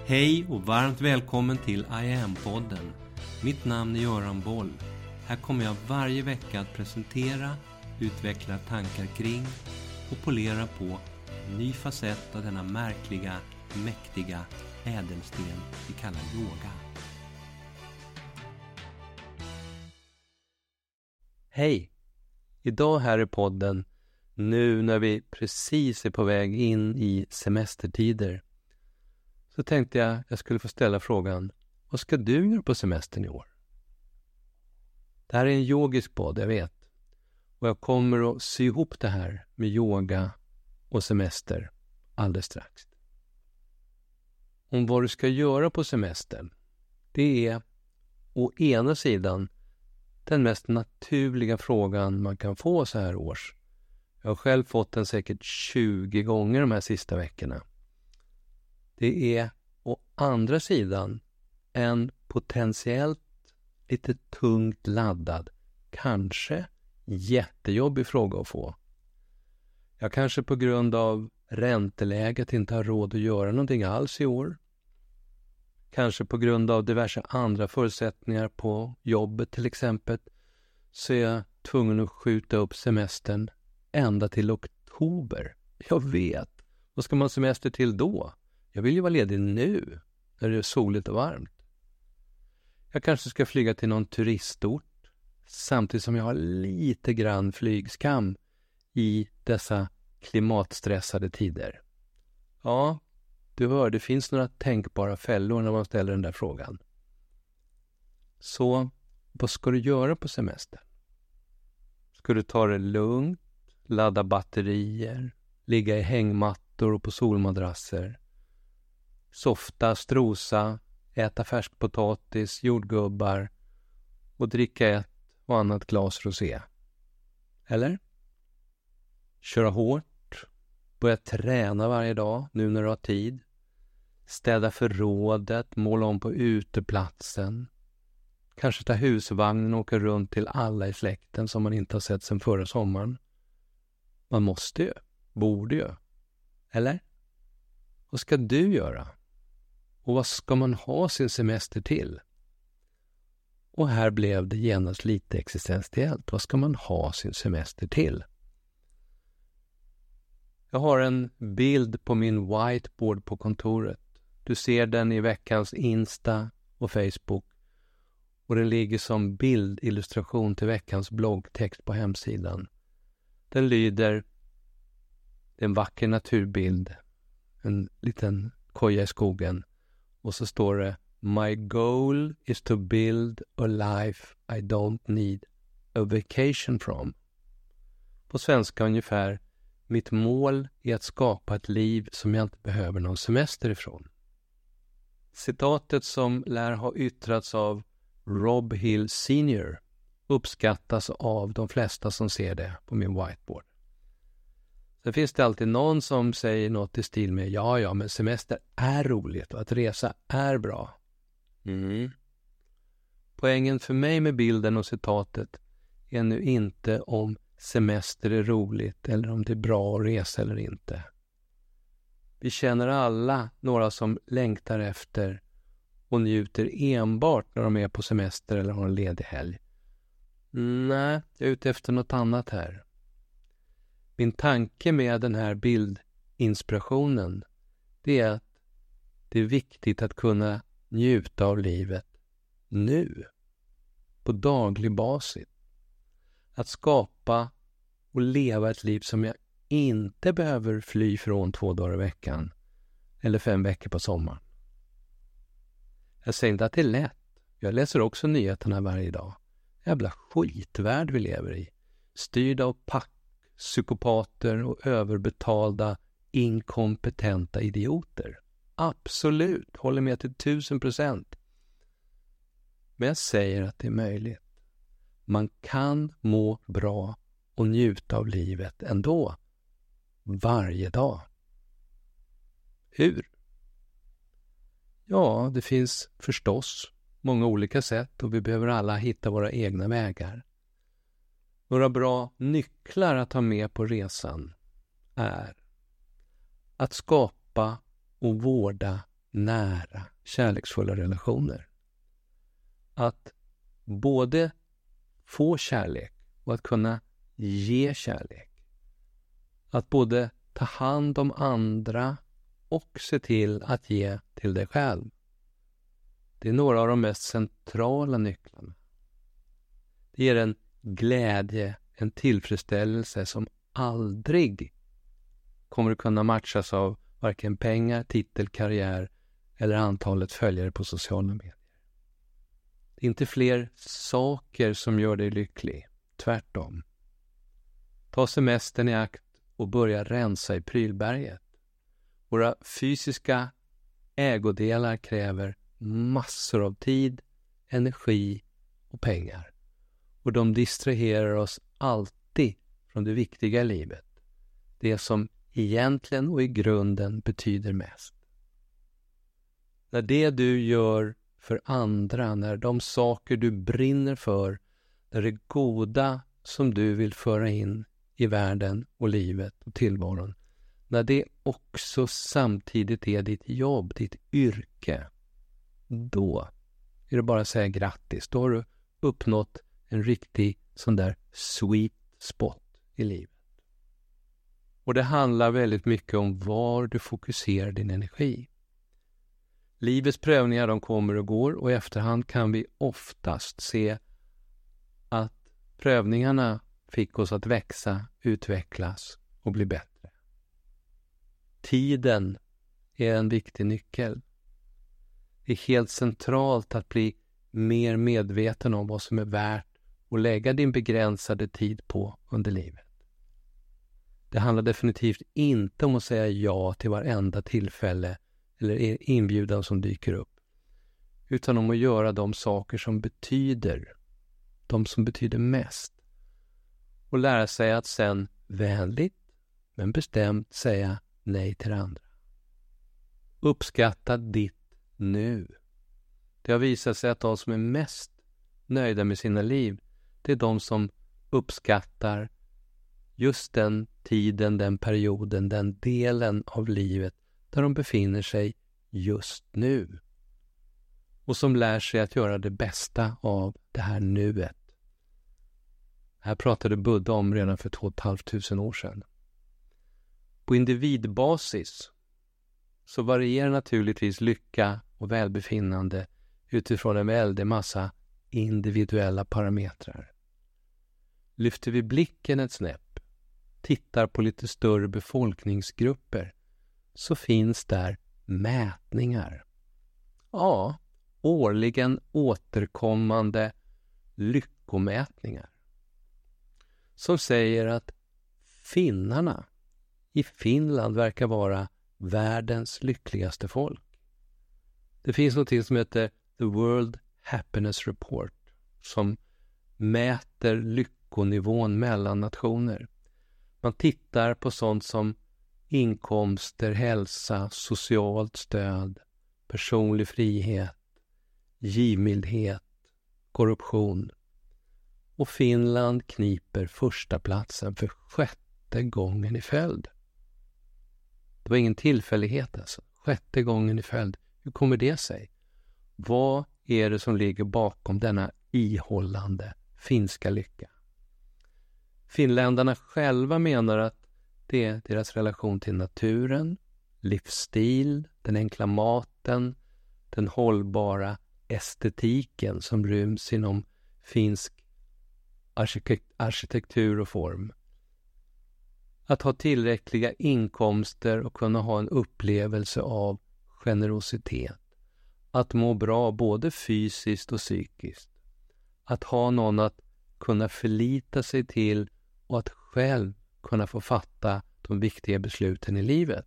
Hej och varmt välkommen till I Am-podden. Mitt namn är Göran Boll. Här kommer jag varje vecka att presentera, utveckla tankar kring och polera på en ny facett av denna märkliga, mäktiga ädelsten vi kallar yoga. Hej! Idag här i podden, nu när vi precis är på väg in i semestertider, så tänkte jag skulle få ställa frågan: vad ska du göra på semestern i år? Det här är en yogisk podd, jag vet. Och jag kommer att sy ihop det här med yoga och semester alldeles strax. Om vad du ska göra på semestern, det är å ena sidan den mest naturliga frågan man kan få så här års. Jag har själv fått den säkert 20 gånger de här sista veckorna. Det är å andra sidan en potentiellt lite tungt laddad, kanske jättejobbig fråga att få. Jag kanske på grund av ränteläget inte har råd att göra någonting alls i år. Kanske på grund av diverse andra förutsättningar på jobbet till exempel, så är jag tvungen att skjuta upp semestern ända till oktober. Jag vet. Vad ska man semester till då? Jag vill ju vara ledig nu, när det är soligt och varmt. Jag kanske ska flyga till någon turistort, samtidigt som jag har lite grann flygskam i dessa klimatstressade tider. Ja, du hör, det finns några tänkbara fällor när man ställer den där frågan. Så, vad ska du göra på semestern? Ska du ta det lugnt, ladda batterier, ligga i hängmattor och på solmadrasser, softa, strosa, äta färskpotatis, jordgubbar och dricka ett och annat glas rosé? Eller? Köra hårt, börja träna varje dag nu när du har tid, städa förrådet, måla om på uteplatsen, kanske ta husvagnen och åka runt till alla i släkten som man inte har sett sedan förra sommaren. Man måste ju, borde ju. Eller? Vad ska du göra? Och vad ska man ha sin semester till? Och här blev det genast lite existentiellt. Vad ska man ha sin semester till? Jag har en bild på min whiteboard på kontoret. Du ser den i veckans Insta och Facebook. Och den ligger som bildillustration till veckans bloggtext på hemsidan. Den lyder: det är en vacker naturbild. En liten koja i skogen. Och så står det: My goal is to build a life I don't need a vacation from. På svenska ungefär: mitt mål är att skapa ett liv som jag inte behöver någon semester ifrån. Citatet, som lär ha yttrats av Rob Hill Sr., uppskattas av de flesta som ser det på min whiteboard. Sen finns det alltid någon som säger något i stil med: ja, men semester är roligt och att resa är bra. Poängen för mig med bilden och citatet är nu inte om semester är roligt eller om det är bra att resa eller inte. Vi känner alla några som längtar efter och njuter enbart när de är på semester eller har en ledig helg. Nej, jag är ute efter något annat här. Min tanke med den här bildinspirationen, det är att det är viktigt att kunna njuta av livet nu, på daglig basis. Att skapa och leva ett liv som jag inte behöver fly från 2 dagar i veckan eller 5 veckor på sommaren. Jag säger inte att det är lätt. Jag läser också nyheterna varje dag. Jävla skitvärld vi lever i. Styrda av psykopater och överbetalda, inkompetenta idioter. Absolut, håller med till 1000%. Men jag säger att det är möjligt. Man kan må bra och njuta av livet ändå. Varje dag. Hur? Ja, det finns förstås många olika sätt och vi behöver alla hitta våra egna vägar. Några bra nycklar att ha med på resan är att skapa och vårda nära, kärleksfulla relationer. Att både få kärlek och att kunna ge kärlek. Att både ta hand om andra och se till att ge till dig själv. Det är några av de mest centrala nycklarna. Det ger en glädje, en tillfredsställelse som aldrig kommer att kunna matchas av varken pengar, titel, karriär eller antalet följare på sociala medier. Det är inte fler saker som gör dig lycklig, tvärtom. Ta semestern i akt och börja rensa i prylberget. Våra fysiska ägodelar kräver massor av tid, energi och pengar. Och de distraherar oss alltid från det viktiga i livet. Det som egentligen och i grunden betyder mest. När det du gör för andra, när de saker du brinner för, när det goda som du vill föra in i världen och livet och tillvaron, när det också samtidigt är ditt jobb, ditt yrke, då är det bara att säga grattis. Då har du uppnått en riktig sån där sweet spot i livet. Och det handlar väldigt mycket om var du fokuserar din energi. Livets prövningar, de kommer och går, och i efterhand kan vi oftast se att prövningarna fick oss att växa, utvecklas och bli bättre. Tiden är en viktig nyckel. Det är helt centralt att bli mer medveten om vad som är värt att lägga din begränsade tid på under livet. Det handlar definitivt inte om att säga ja till varenda tillfälle eller inbjudan som dyker upp, utan om att göra de saker som betyder mest, och lära sig att sen vänligt men bestämt säga nej till andra. Uppskatta ditt nu. Det har visat sig att de som är mest nöjda med sina liv, det är de som uppskattar just den tiden, den perioden, den delen av livet där de befinner sig just nu. Och som lär sig att göra det bästa av det här nuet. Här pratade Buddha om redan för 2 500 år sedan. På individbasis så varierar naturligtvis lycka och välbefinnande utifrån en väldig massa individuella parametrar. Lyfter vi blicken ett snäpp, tittar på lite större befolkningsgrupper, så finns där mätningar. Ja, årligen återkommande lyckomätningar. Som säger att finnarna i Finland verkar vara världens lyckligaste folk. Det finns något som heter The World Happiness Report som mäter lyckonivån mellan nationer. Man tittar på sånt som inkomster, hälsa, socialt stöd, personlig frihet, givmildhet, korruption. Och Finland kniper första platsen för 6:e gången i följd. Det var ingen tillfällighet alltså. 6:e gången i följd. Hur kommer det sig? Vad är det som ligger bakom denna ihållande finska lycka? Finländarna själva menar att det är deras relation till naturen, livsstil, den enkla maten, den hållbara estetiken som ryms inom finsk arkitektur och form. Att ha tillräckliga inkomster och kunna ha en upplevelse av generositet. Att må bra både fysiskt och psykiskt. Att ha någon att kunna förlita sig till och att själv kunna få fatta de viktiga besluten i livet.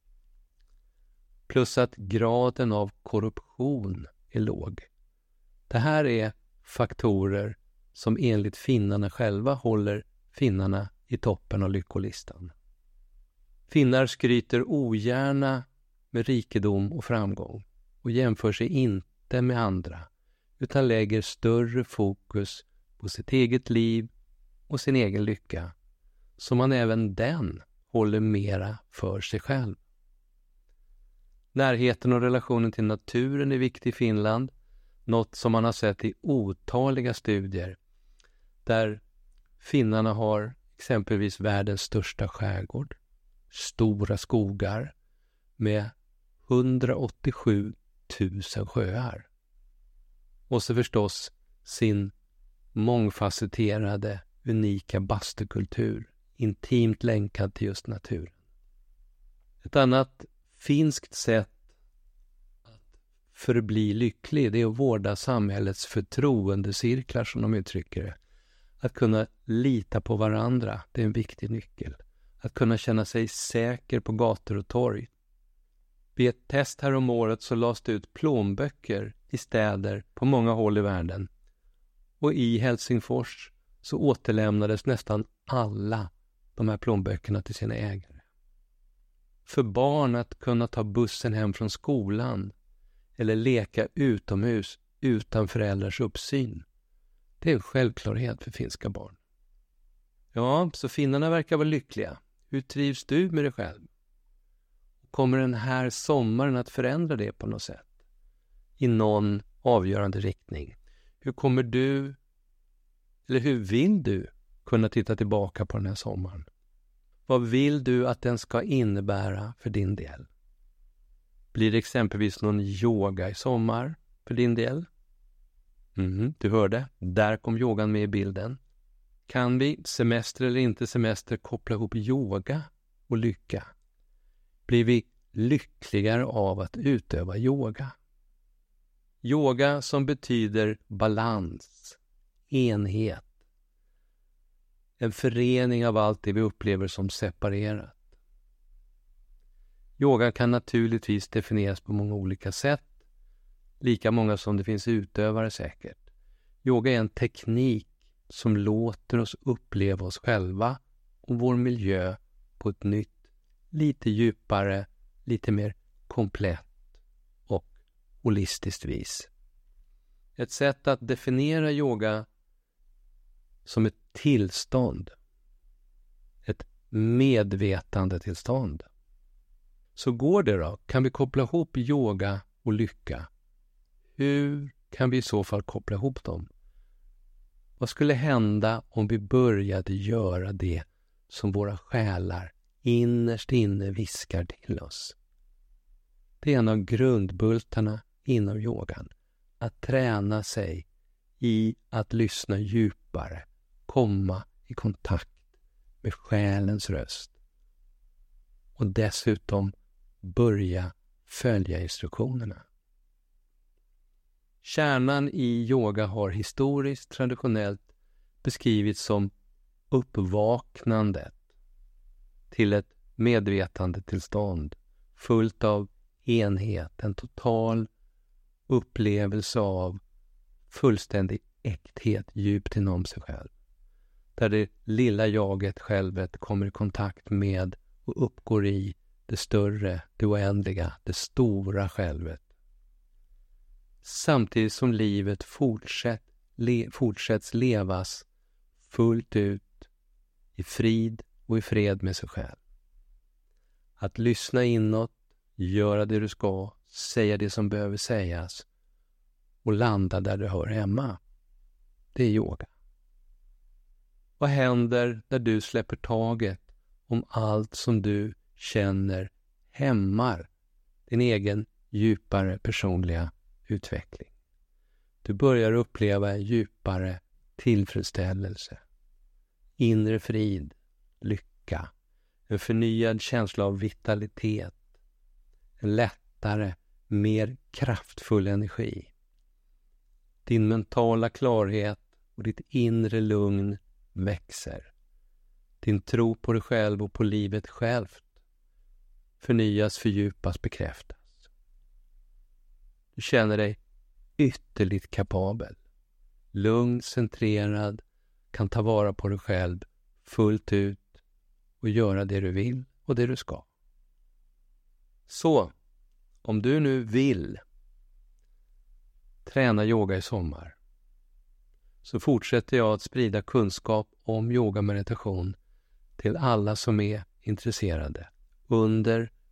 Plus att graden av korruption är låg. Det här är faktorer som enligt finnarna själva håller finnarna i toppen av lyckolistan. Finnar skryter ogärna med rikedom och framgång och jämför sig inte med andra, utan lägger större fokus på sitt eget liv och sin egen lycka, så man även den håller mera för sig själv. Närheten och relationen till naturen är viktig i Finland. Något som man har sett i otaliga studier. Där finnarna har exempelvis världens största skärgård. Stora skogar med 187 000 sjöar. Och så förstås sin mångfacetterade, unika bastukultur. Intimt länkad till just naturen. Ett annat finskt sätt att förbli lycklig, det är att vårda samhällets förtroendecirklar, som de uttrycker det. Att kunna lita på varandra, det är en viktig nyckel. Att kunna känna sig säker på gator och torg. Vid ett test här om året så lades det ut plånböcker i städer på många håll i världen. Och i Helsingfors så återlämnades nästan alla de här plånböckerna till sina ägare. För barn att kunna ta bussen hem från skolan eller leka utomhus utan föräldrars uppsyn. Det är en självklarhet för finska barn. Ja, så finnarna verkar vara lyckliga. Hur trivs du med dig själv? Kommer den här sommaren att förändra det på något sätt? I någon avgörande riktning? Hur kommer du, eller hur vill du kunna titta tillbaka på den här sommaren? Vad vill du att den ska innebära för din del? Blir det exempelvis någon yoga i sommar för din del? Du hörde, där kom yogan med i bilden. Kan vi, semester eller inte semester, koppla ihop yoga och lycka? Blir vi lyckligare av att utöva yoga? Yoga som betyder balans, enhet. En förening av allt det vi upplever som separerat. Yoga kan naturligtvis definieras på många olika sätt. Lika många som det finns utövare säkert. Yoga är en teknik som låter oss uppleva oss själva och vår miljö på ett nytt, lite djupare, lite mer komplett och holistiskt vis. Ett sätt att definiera yoga som ett tillstånd, ett medvetandetillstånd. Så går det då? Kan vi koppla ihop yoga och lycka? Hur kan vi i så fall koppla ihop dem? Vad skulle hända om vi började göra det som våra själar innerst inne viskar till oss? Det är en av grundbultarna inom yogan. Att träna sig i att lyssna djupare, komma i kontakt med själens röst. Och dessutom börja följa instruktionerna. Kärnan i yoga har historiskt traditionellt beskrivits som uppvaknandet till ett medvetandetillstånd fullt av enhet, en total upplevelse av fullständig äkthet djupt inom sig själv. Där det lilla jaget, självet, kommer i kontakt med och uppgår i det större, det oändliga, det stora självet. Samtidigt som livet fortsätts levas fullt ut i frid och i fred med sig själv. Att lyssna inåt, göra det du ska, säga det som behöver sägas och landa där du hör hemma. Det är yoga. Vad händer när du släpper taget om allt som du känner hämmar din egen djupare personliga utveckling? Du börjar uppleva en djupare tillfredsställelse, inre frid, lycka, en förnyad känsla av vitalitet, en lättare, mer kraftfull energi. Din mentala klarhet och ditt inre lugn växer. Din tro på dig själv och på livet självt förnyas, fördjupas, bekräftas. Du känner dig ytterligt kapabel, lugn, centrerad, kan ta vara på dig själv fullt ut och göra det du vill och det du ska. Så, om du nu vill träna yoga i sommar, så fortsätter jag att sprida kunskap om yoga meditation till alla som är intresserade under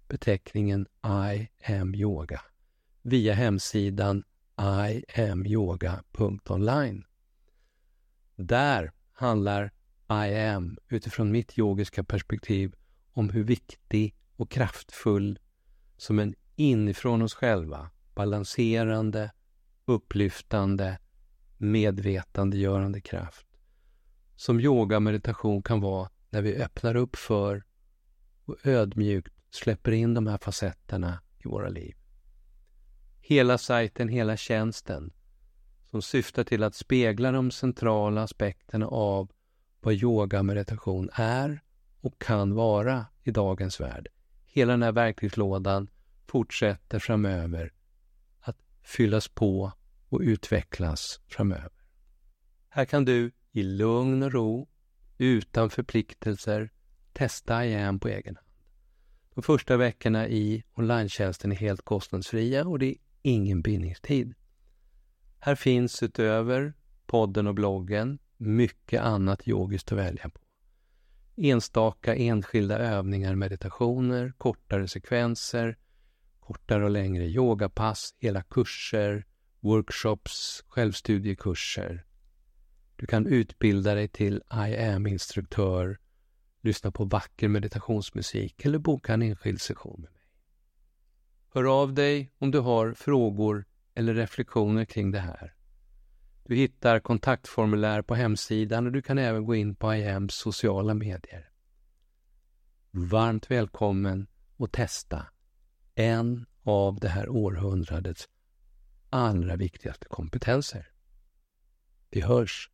beteckningen I am yoga via hemsidan iamyoga.online. Där handlar I am utifrån mitt yogiska perspektiv om hur viktig och kraftfull som en inifrån oss själva, balanserande, upplyftande, medvetandegörande kraft som yoga och meditation kan vara när vi öppnar upp för och ödmjukt släpper in de här facetterna i våra liv. Hela sajten, hela tjänsten som syftar till att spegla de centrala aspekterna av vad yoga och meditation är och kan vara i dagens värld. Hela den här verktygslådan fortsätter framöver att fyllas på och utvecklas framöver. Här kan du i lugn och ro, utan förpliktelser, testa I am på egen hand. De första veckorna i online-tjänsten är helt kostnadsfria och det är ingen bindningstid. Här finns utöver podden och bloggen mycket annat yogiskt att välja på. Enstaka enskilda övningar, meditationer, kortare sekvenser, kortare och längre yogapass, hela kurser, workshops, självstudiekurser. Du kan utbilda dig till I am-instruktör, lyssna på vacker meditationsmusik eller boka en enskild session med mig. Hör av dig om du har frågor eller reflektioner kring det här. Du hittar kontaktformulär på hemsidan och du kan även gå in på I ams sociala medier. Varmt välkommen att testa en av det här århundradets allra viktigaste kompetenser. Vi hörs!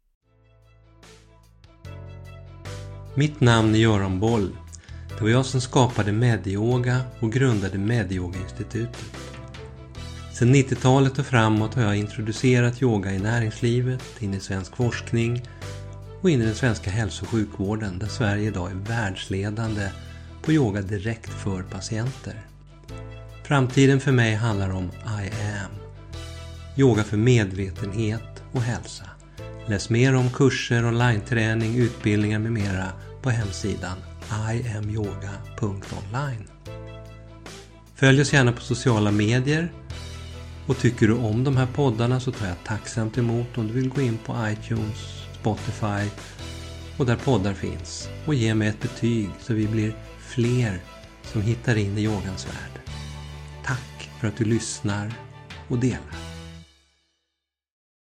Mitt namn är Göran Boll. Det var jag som skapade Medyoga och grundade Medyoga-institutet. Sedan 90-talet och framåt har jag introducerat yoga i näringslivet, in i svensk forskning och in i den svenska hälso- och sjukvården där Sverige idag är världsledande på yoga direkt för patienter. Framtiden för mig handlar om I am. Yoga för medvetenhet och hälsa. Läs mer om kurser, online-träning, utbildningar med mera på hemsidan iamyoga.online. Följ oss gärna på sociala medier och tycker du om de här poddarna så tar jag tacksamt emot om du vill gå in på iTunes, Spotify och där poddar finns och ge mig ett betyg så vi blir fler som hittar in i yogans värld. Tack för att du lyssnar och delar.